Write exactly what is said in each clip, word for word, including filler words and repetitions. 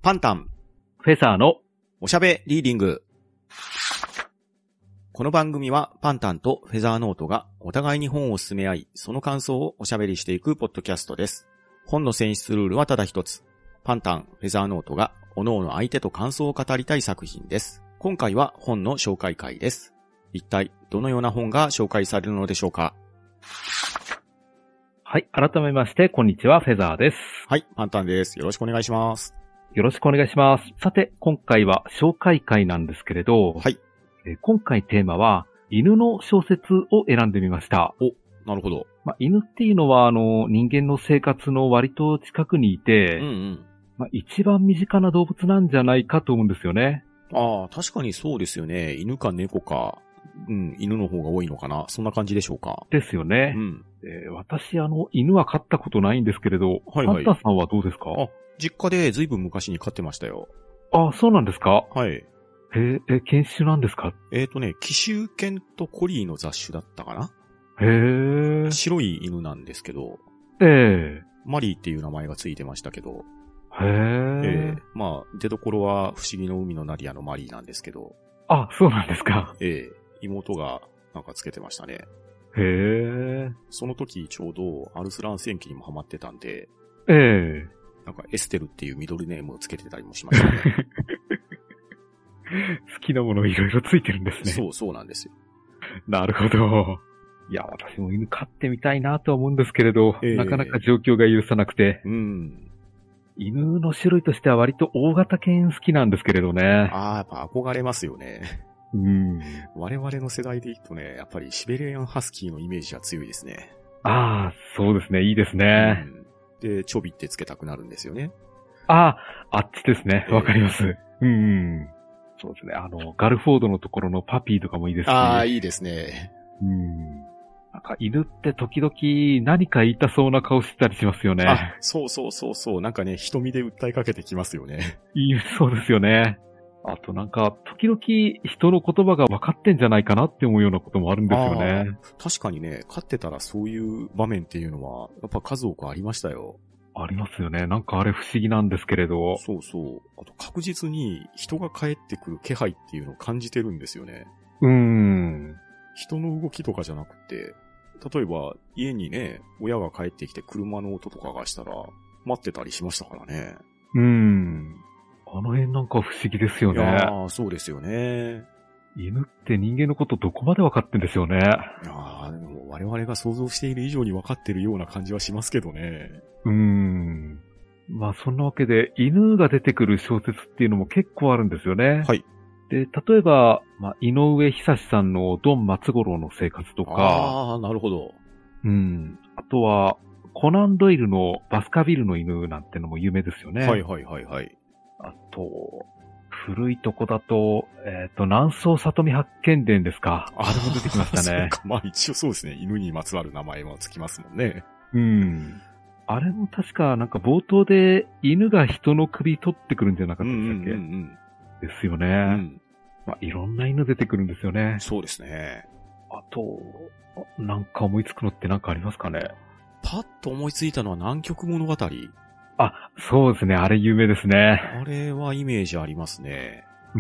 パンタン、 フェザーのおしゃべリーディング。この番組はパンタンとフェザーノートがお互いに本を進め合い、その感想をおしゃべりしていくポッドキャストです。本の選出ルールはただ一つ。パンタン、フェザーノートが各々相手と感想を語りたい作品です。今回は本の紹介会です。一体どのような本が紹介されるのでしょうか。 はい、改めましてこんにちは、フェザーです。 はい、パンタンです。よろしくお願いします。 よろしくお願いします。さて、今回は紹介会なんですけれど、 はい。 えー今回テーマは犬の小説を選んでみました。 お、なるほど。 まあ、犬っていうのはあの人間の生活の割と近くにいて、 うんうん。 まあ、一番身近な動物なんじゃないかと思うんですよね。 ああ、確かにそうですよね。犬か猫か、うん、犬の方が多いのかな。そんな感じでしょうか。 ですよね。 うん。 えー私あの犬は飼ったことないんですけれど、 はいはいパンタさんはどうですか？ あ、実家でずいぶん昔に飼ってましたよ。 あ、そうなんですか？ はい。 へえ、え、犬種なんですか？ えーとね、奇襲犬とコリーの雑種だったかな。 へえ。 白い犬なんですけど、 ええ。 マリーっていう名前がついてましたけど、 へええー。まあ、出所は不思議の海のナディアのマリーなんですけど、 あ、そうなんですか。 えー、妹がなんかつけてましたね。 へえ。 その時ちょうどアルスラン戦記にもハマってたんで、 ええ。 なんかエステルっていうミドルネームをつけてたりもしましたね。 好きなものいろいろついてるんですね。 そうそうなんですよ。 なるほど。いや、私も犬飼ってみたいなとは思うんですけれど、 ええなかなか状況が許さなくて、 うん。 犬の種類としては割と大型犬好きなんですけれどね。 ああ、やっぱ憧れますよね。 うん。 我々の世代で言うとね、やっぱりシベリアンハスキーのイメージは強いですね。 ああ、そうですね。いいですね。 うん、で、ちょびってつけたくなるんですよね。 ああ、あっちですね。 ええわかります。うん。そうですね。あの、ガルフォードのところのパピーとかもいいですし。 ああ、いいですね。 うん。なんか犬って時々何か言いたそうな顔してたりしますよね。 あ、そうそうそうそう。なんかね、瞳で訴えかけてきますよね。 言いそうですよね。あとなんか、時々人の言葉が分かってんじゃないかなって思うようなこともあるんですよね。 確かにね、飼ってたらそういう場面っていうのは、やっぱ数多くありましたよ。 ありますよね。なんかあれ不思議なんですけれど。 そうそう。あと確実に人が帰ってくる気配っていうのを感じてるんですよね。 うーん。 人の動きとかじゃなくて、例えば家にね、親が帰ってきて車の音とかがしたら待ってたりしましたからね。 うーん。あの辺なんか不思議ですよいやね。 ー、そうですよね。 犬って人間のことどこまで分かってんですよね。 いやー、でも我々が想像している以上に分かってるような感じはしますけどね。 うーん。まあそんなわけで犬が出てくる小説っていうのも結構あるんですよね。 はい。 で、例えば、まあ、井上久志さんのドン松五郎の生活とか、 あー、なるほど。 うん。あとは、コナンドイルのバスカビルの犬なんてのも有名ですよね。 はいはいはいはい。 あと、古いとこだと、えっ、と、南宋里見八犬伝ですか。あれも出てきましたね。 そうか、まあ一応そうですね。犬にまつわる名前はつきますもんね。 うん。あれも確か、なんか冒頭で犬が人の首取ってくるんじゃなかったでしたっけ、 うんうんうんですよね。 うん。うん。 まあ、いろんな犬出てくるんですよね。 そうですね。 あと、なんか思いつくのってなんかありますかね。 パッと思いついたのは南極物語。 あ、そうですね。あれ有名ですね。 あれはイメージありますね。 うん。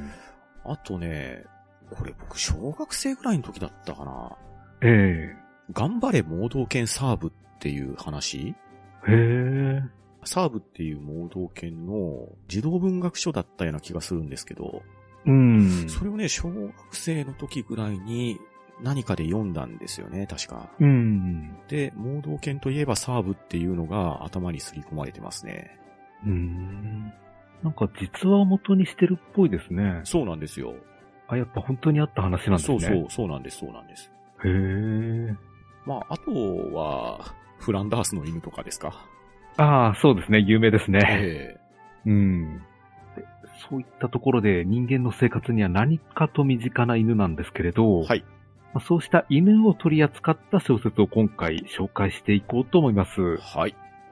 あとね、これ僕小学生ぐらいの時だったかな。 え頑張れ盲導犬サーブっていう話。 え。へえ。 サーブっていう盲導犬の児童文学書だったような気がするんですけど、 うん。 それをね、小学生の時ぐらいに何かで読んだんですよね、確か。 うん。 で、盲導犬といえばサーブっていうのが頭に刷り込まれてますね。 うん。なんか実話を元にしてるっぽいですね。 そうなんですよ。 あ、やっぱ本当にあった話なんですね。 そうそう、そうなんです、そうなんです。 へえ。 まあ、あとは、フランダースの犬とかですか。 ああ、そうですね。有名ですね。 ええうん。でそういったところで人間の生活には何かと身近な犬なんですけれど、 はい。 まあ、そうした犬を取り扱った小説を今回紹介していこうと思います。 はい。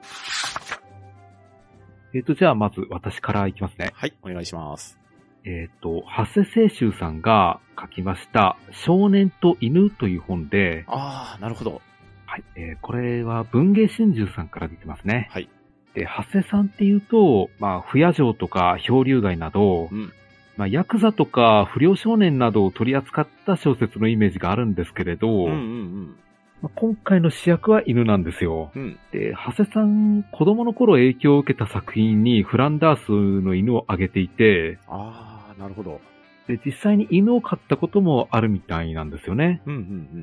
えっ、と、じゃあまず私からいきますね。 はい、お願いします。 えっ、と、長谷清舟さんが書きました少年と犬という本で、 ああ、なるほど。 はい、えーこれは文藝春秋さんから出てますね。 はい。 で、長谷さんっていうと、まあ、不夜城とか漂流街など、 うん。 まあ、ヤクザとか不良少年などを取り扱った小説のイメージがあるんですけれど、 うんうんうん。 まあ、今回の主役は犬なんですよ。 うん。 で、長谷さん、子供の頃影響を受けた作品にフランダースの犬を挙げていて、 ああ、なるほど。 で、実際に犬を飼ったこともあるみたいなんですよね。 うんうんうん。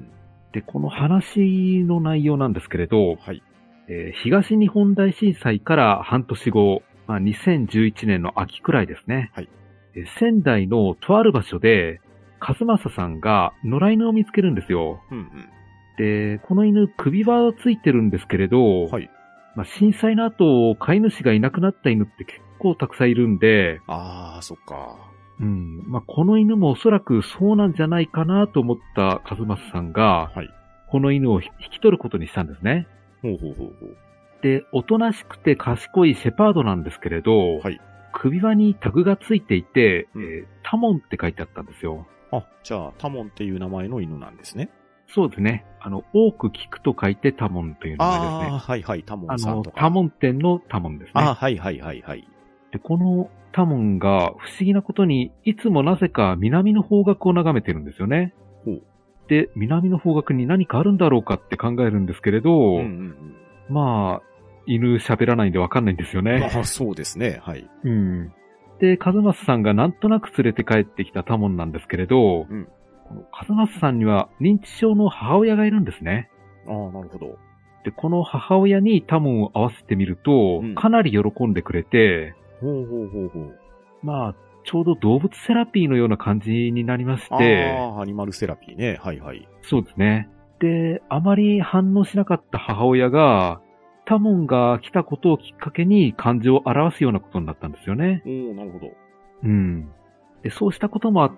で、この話の内容なんですけれど、 はい。 えー東日本大震災から半年後、まあ、にせんじゅういちねんの秋くらいですね。 はい。 えー仙台のとある場所で、和正さんが野良犬を見つけるんですよ。 うんうん。 で、この犬首輪はついてるんですけれど、 はい。 まあ、震災の後、飼い主がいなくなった犬って結構たくさんいるんで、 ああ、そっか。 うん。まあ、この犬もおそらくそうなんじゃないかなと思った和正さんが、 はい。 この犬を引き取ることにしたんですね。 ほうほうほうほう。 で、おとなしくて賢いシェパードなんですけれど、 はい。 首輪にタグがついていて、 うんえータモンって書いてあったんですよ。 あ、じゃあ、タモンっていう名前の犬なんですね。 そうですね。あの、多く聞くと書いてタモンという名前ですね。 ああ、はいはい、タモあの、 ンさんとか。 タモン店のタモンですね。 ああ、はいはいはいはい。 で、このタモンが不思議なことに、いつもなぜか南の方角を眺めてるんですよね。 ほう。 で、南の方角に何かあるんだろうかって考えるんですけれど、 うんうんうん。 まあ、犬喋らないんでわかんないんですよね。 ああ、そうですね。はい。 うん。で、カズマスさんがなんとなく連れて帰ってきたタモンなんですけれど、 うん。 このカズマスさんには認知症の母親がいるんですね。 ああ、なるほど。 で、この母親にタモンを合わせてみると、 うんかなり喜んでくれて、 ほうほうほうほう。 まあ、ちょうど動物セラピーのような感じになりましあて、 あ、アニマルセラピーね。はいはい。 そうですね。で、あまり反応しなかった母親が、タモンが来たことをきっかけに感情を表すようなことになったんですよね。 おお、なるほど。 うん。で、そうしたこともあって、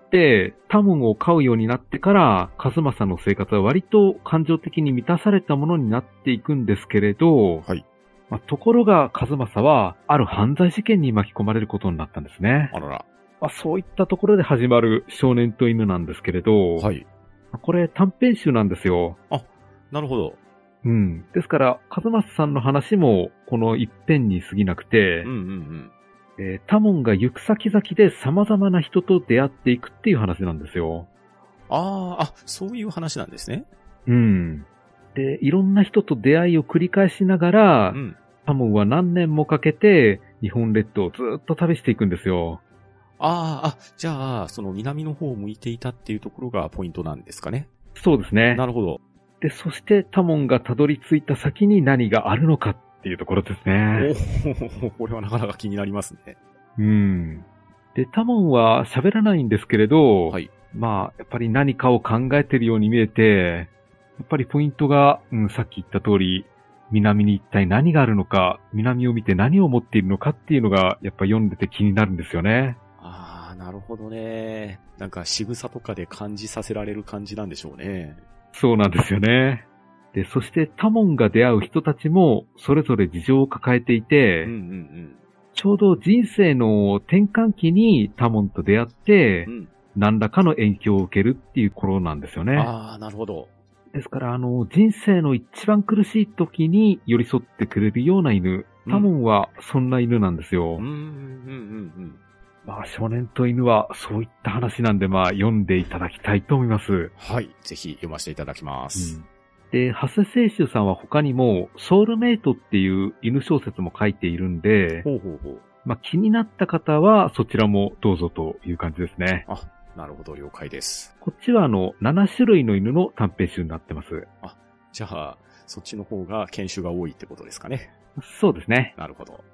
タモンを飼うようになってから、カズマさんの生活は割と感情的に満たされたものになっていくんですけれど、 はい。 まあ、ところがカズマサは、ある犯罪事件に巻き込まれることになったんですね。 あらら。 まあ、そういったところで始まる少年と犬なんですけれど、 はい。 これ短編集なんですよ。 なるほど。 うん。ですから、カズマスさんの話も、この一編に過ぎなくて、 うんうんうん。 えータモンが行く先々で様々な人と出会っていくっていう話なんですよ。 ああ、あ、そういう話なんですね。 うん。で、いろんな人と出会いを繰り返しながら、 うん。 タモンは何年もかけて、日本列島をずっと旅していくんですよ。 ああ、あ、じゃあ、その南の方を向いていたっていうところがポイントなんですかね。 そうですね。 なるほど。 で、そしてタモンがたどり着いた先に何があるのかっていうところですね。 おお、これはなかなか気になりますね。 うん。で、タモンは喋らないんですけれど、 はい。 まあ、やっぱり何かを考えてるように見えて、やっぱりポイントが、うん、さっき言った通り、南に一体何があるのか、南を見て何を持っているのかっていうのが、やっぱ読んでて気になるんですよね。 ああ、なるほどね。なんか仕草とかで感じさせられる感じなんでしょうね。 そうなんですよね。で、そしてタモンが出会う人たちも、それぞれ事情を抱えていて、 うんうんちょうど人生の転換期にタモンと出会ってうん。う、ん。 何らかの影響を受けるっていう頃なんですよね。 ああ、なるほど。 ですから、あの、人生の一番苦しい時に寄り添ってくれるような犬。タモンはそんな犬なんですよ。 うん、うん、うん、うん。 まあ、少年と犬はそういった話なんで、まあ、読んでいただきたいと思います。 はい。ぜひ読ませていただきます。 で、長谷清舟さんは他にも、ソウルメイトっていう犬小説も書いているんで、 ほうほうほう。 まあ、気になった方はそちらもどうぞという感じですね。 あ、なるほど、了解です。 こっちはあの、なな種類の犬の短編集になってます。 じゃあ、そっちの方が犬種が多いってことですかね。 そうですね。 なるほど。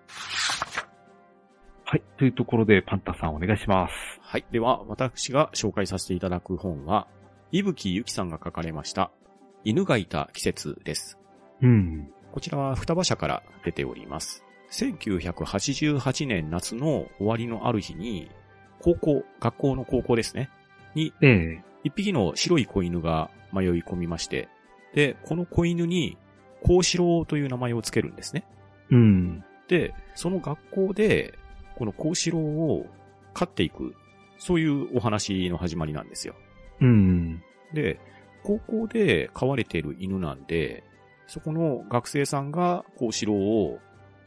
はい。というところで、パンタさんお願いします。 はい。では、私が紹介させていただく本は、伊吹ゆきさんが書かれました、犬がいた季節です。 うん。 こちらは双葉社から出ております。せんきゅうひゃくはちじゅうはちねん夏の終わりのある日に、高校、学校の高校ですね。に、 ええ。 一匹の白い子犬が迷い込みまして、で、この子犬に、幸四郎という名前をつけるんですね。 うん。 で、その学校で、この幸四郎を飼っていく、そういうお話の始まりなんですよ。 うん。 で、高校で飼われている犬なんで、そこの学生さんが幸四郎を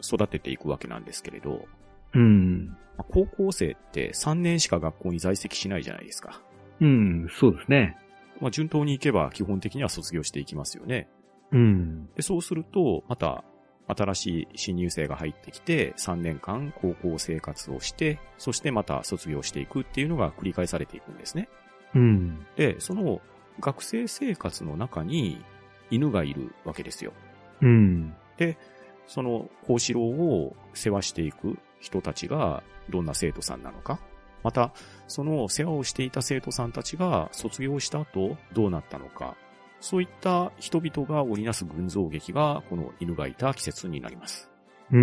育てていくわけなんですけれど、 うん。 高校生ってさんねんしか学校に在籍しないじゃないですか。 うん、そうですね。 まあ、順当に行けば基本的には卒業していきますよね。 うん。 で、そうすると、また新しい新入生が入ってきてさんねんかん高校生活をして、そしてまた卒業していくっていうのが繰り返されていくんですね。 うん。 で、その学生生活の中に犬がいるわけですよ。 うん。 で、その幸四郎を世話していく人たちがどんな生徒さんなのか、またその世話をしていた生徒さんたちが卒業した後どうなったのか、そういった人々が織りなす群像劇がこの犬がいた季節になります。 うん。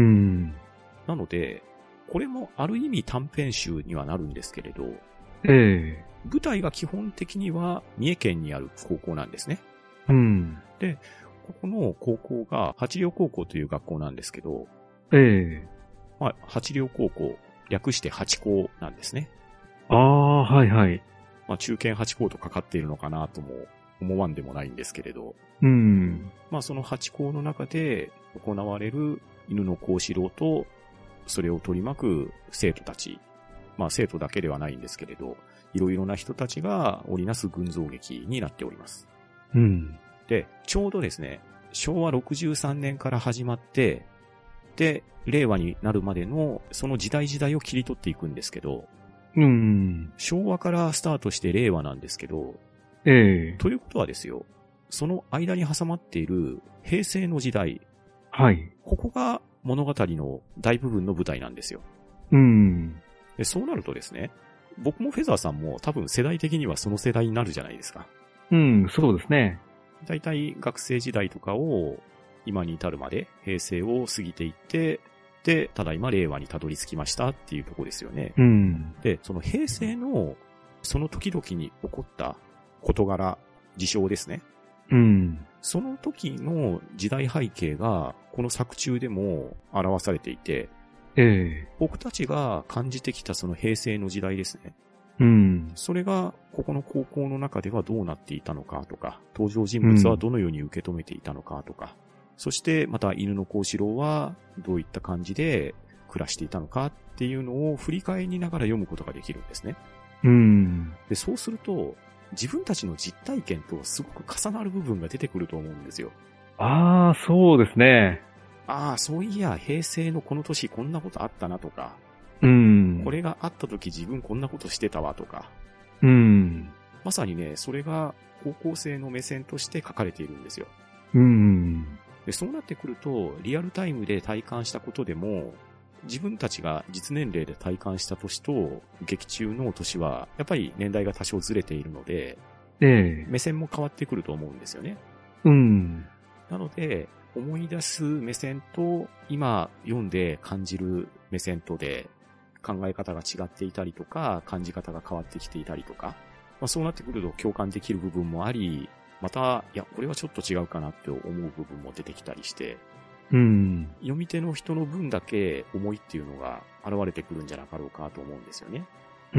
なので、これもある意味短編集にはなるんですけれど、 ええ。 舞台が基本的には三重県にある高校なんですね。 うん。 で、ここの高校が八稜高校という学校なんですけど、 ええ。 まあ、八稜高校、略して八高なんですね。 ああ、はいはい。 まあ、中堅八高とかかっているのかなとも思わんでもないんですけれど、 うん。 まあ、その八高の中で行われる犬の幸四郎と、それを取り巻く生徒たち、まあ、生徒だけではないんですけれど、いろいろな人たちが織りなす群像劇になっております。 うん。 で、ちょうどですね、しょうわろくじゅうさんねんから始まって、で、令和になるまでのその時代時代を切り取っていくんですけど、 うん。 昭和からスタートして令和なんですけど、 ええ。 ということはですよ、その間に挟まっている平成の時代、 はい。 ここが物語の大部分の舞台なんですよ。 うん。 で、そうなるとですね、僕もフェザーさんも多分世代的にはその世代になるじゃないですか。 うん、そうですね。 だいたい学生時代とかを今に至るまで平成を過ぎていって、で、ただいま令和にたどり着きましたっていうところですよね。 うん。 で、その平成のその時々に起こった事柄、事象ですね。 うん。 その時の時代背景がこの作中でも表されていて、 ええ。 僕たちが感じてきたその平成の時代ですね。 うん。 それがここの高校の中ではどうなっていたのかとか、登場人物はどのように受け止めていたのかとか、うん、そしてまた犬の幸四郎はどういった感じで暮らしていたのかっていうのを振り返りながら読むことができるんですね。 うん。 で、そうすると自分たちの実体験とすごく重なる部分が出てくると思うんですよ。 ああ、そうですね。 ああ、そういや平成のこの年こんなことあったなとか、 うん。 これがあった時自分こんなことしてたわとか。 うん。 まさにね、それが高校生の目線として書かれているんですよ。 うん。 で、そうなってくると、リアルタイムで体感したことでも、自分たちが実年齢で体感した年と、劇中の年は、やっぱり年代が多少ずれているので、 ええ。 目線も変わってくると思うんですよね。 うん。 なので、思い出す目線と、今読んで感じる目線とで、考え方が違っていたりとか、感じ方が変わってきていたりとか、まあ、そうなってくると共感できる部分もあり、また、いや、これはちょっと違うかなって思う部分も出てきたりして、 うん。 読み手の人の分だけ思いっていうのが現れてくるんじゃなかろうかと思うんですよね。 うん。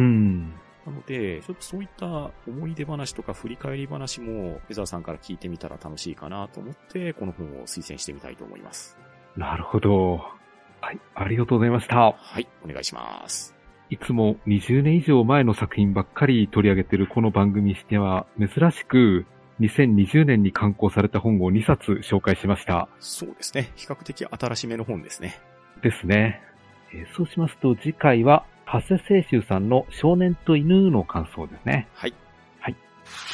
なので、ちょっとそういった思い出話とか振り返り話も、フェザーさんから聞いてみたら楽しいかなと思って、この本を推薦してみたいと思います。 なるほど。はい、ありがとうございました。 はい、お願いします。 いつもにじゅうねん以上前の作品ばっかり取り上げているこの番組にしては、珍しくにせんにじゅうねんに刊行された本をにさつ紹介しました。 そうですね。比較的新しめの本ですね。 ですね。えー、そうしますと次回は、長谷清舟さんの少年と犬の感想ですね。 はい。 はい。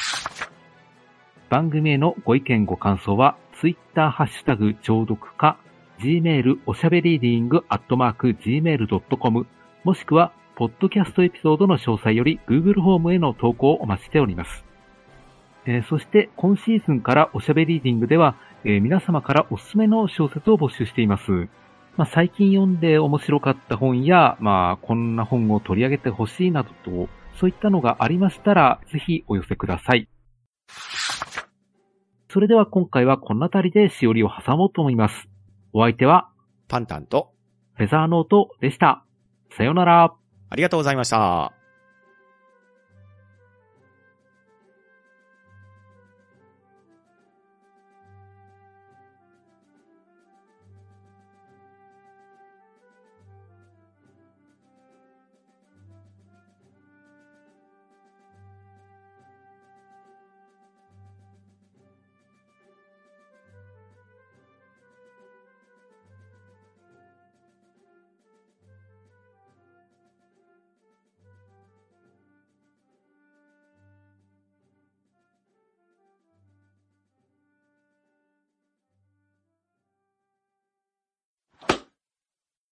番組へのご意見ご感想は、ツイッターハッシュタグ聴読か、Gmail おしゃべりーディングアットマーク ジーメールドットコム もしくは、ポッドキャストエピソードの詳細より Google フォームへの投稿をお待ちしております。えー、そして今シーズンからおしゃべりリーディングでは、えー、皆様からおすすめの小説を募集しています。まあ、最近読んで面白かった本や、まあ、こんな本を取り上げてほしいなどと、そういったのがありましたら、ぜひお寄せください。それでは今回はこのあたりでしおりを挟もうと思います。お相手は、 パンタンと、 フェザーノートでした。さようなら。 ありがとうございました。